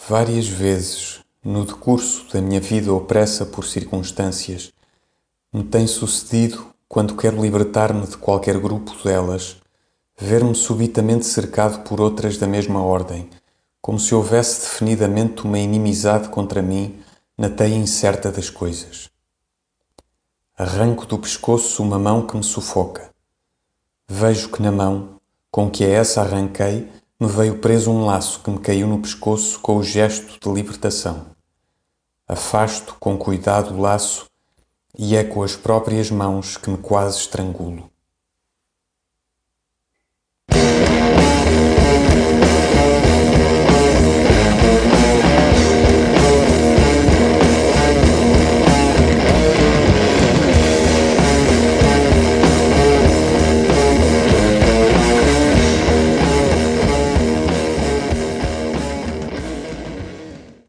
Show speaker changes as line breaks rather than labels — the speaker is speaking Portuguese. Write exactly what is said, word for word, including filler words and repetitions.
Várias vezes, no decurso da minha vida opressa por circunstâncias, me tem sucedido, quando quero libertar-me de qualquer grupo delas, ver-me subitamente cercado por outras da mesma ordem, como se houvesse definidamente uma inimizade contra mim na teia incerta das coisas. Arranco do pescoço uma mão que me sufoca. Vejo que na mão, com que a essa arranquei, me veio preso um laço que me caiu no pescoço com o gesto de libertação. Afasto com cuidado o laço e é com as próprias mãos que me quase estrangulo.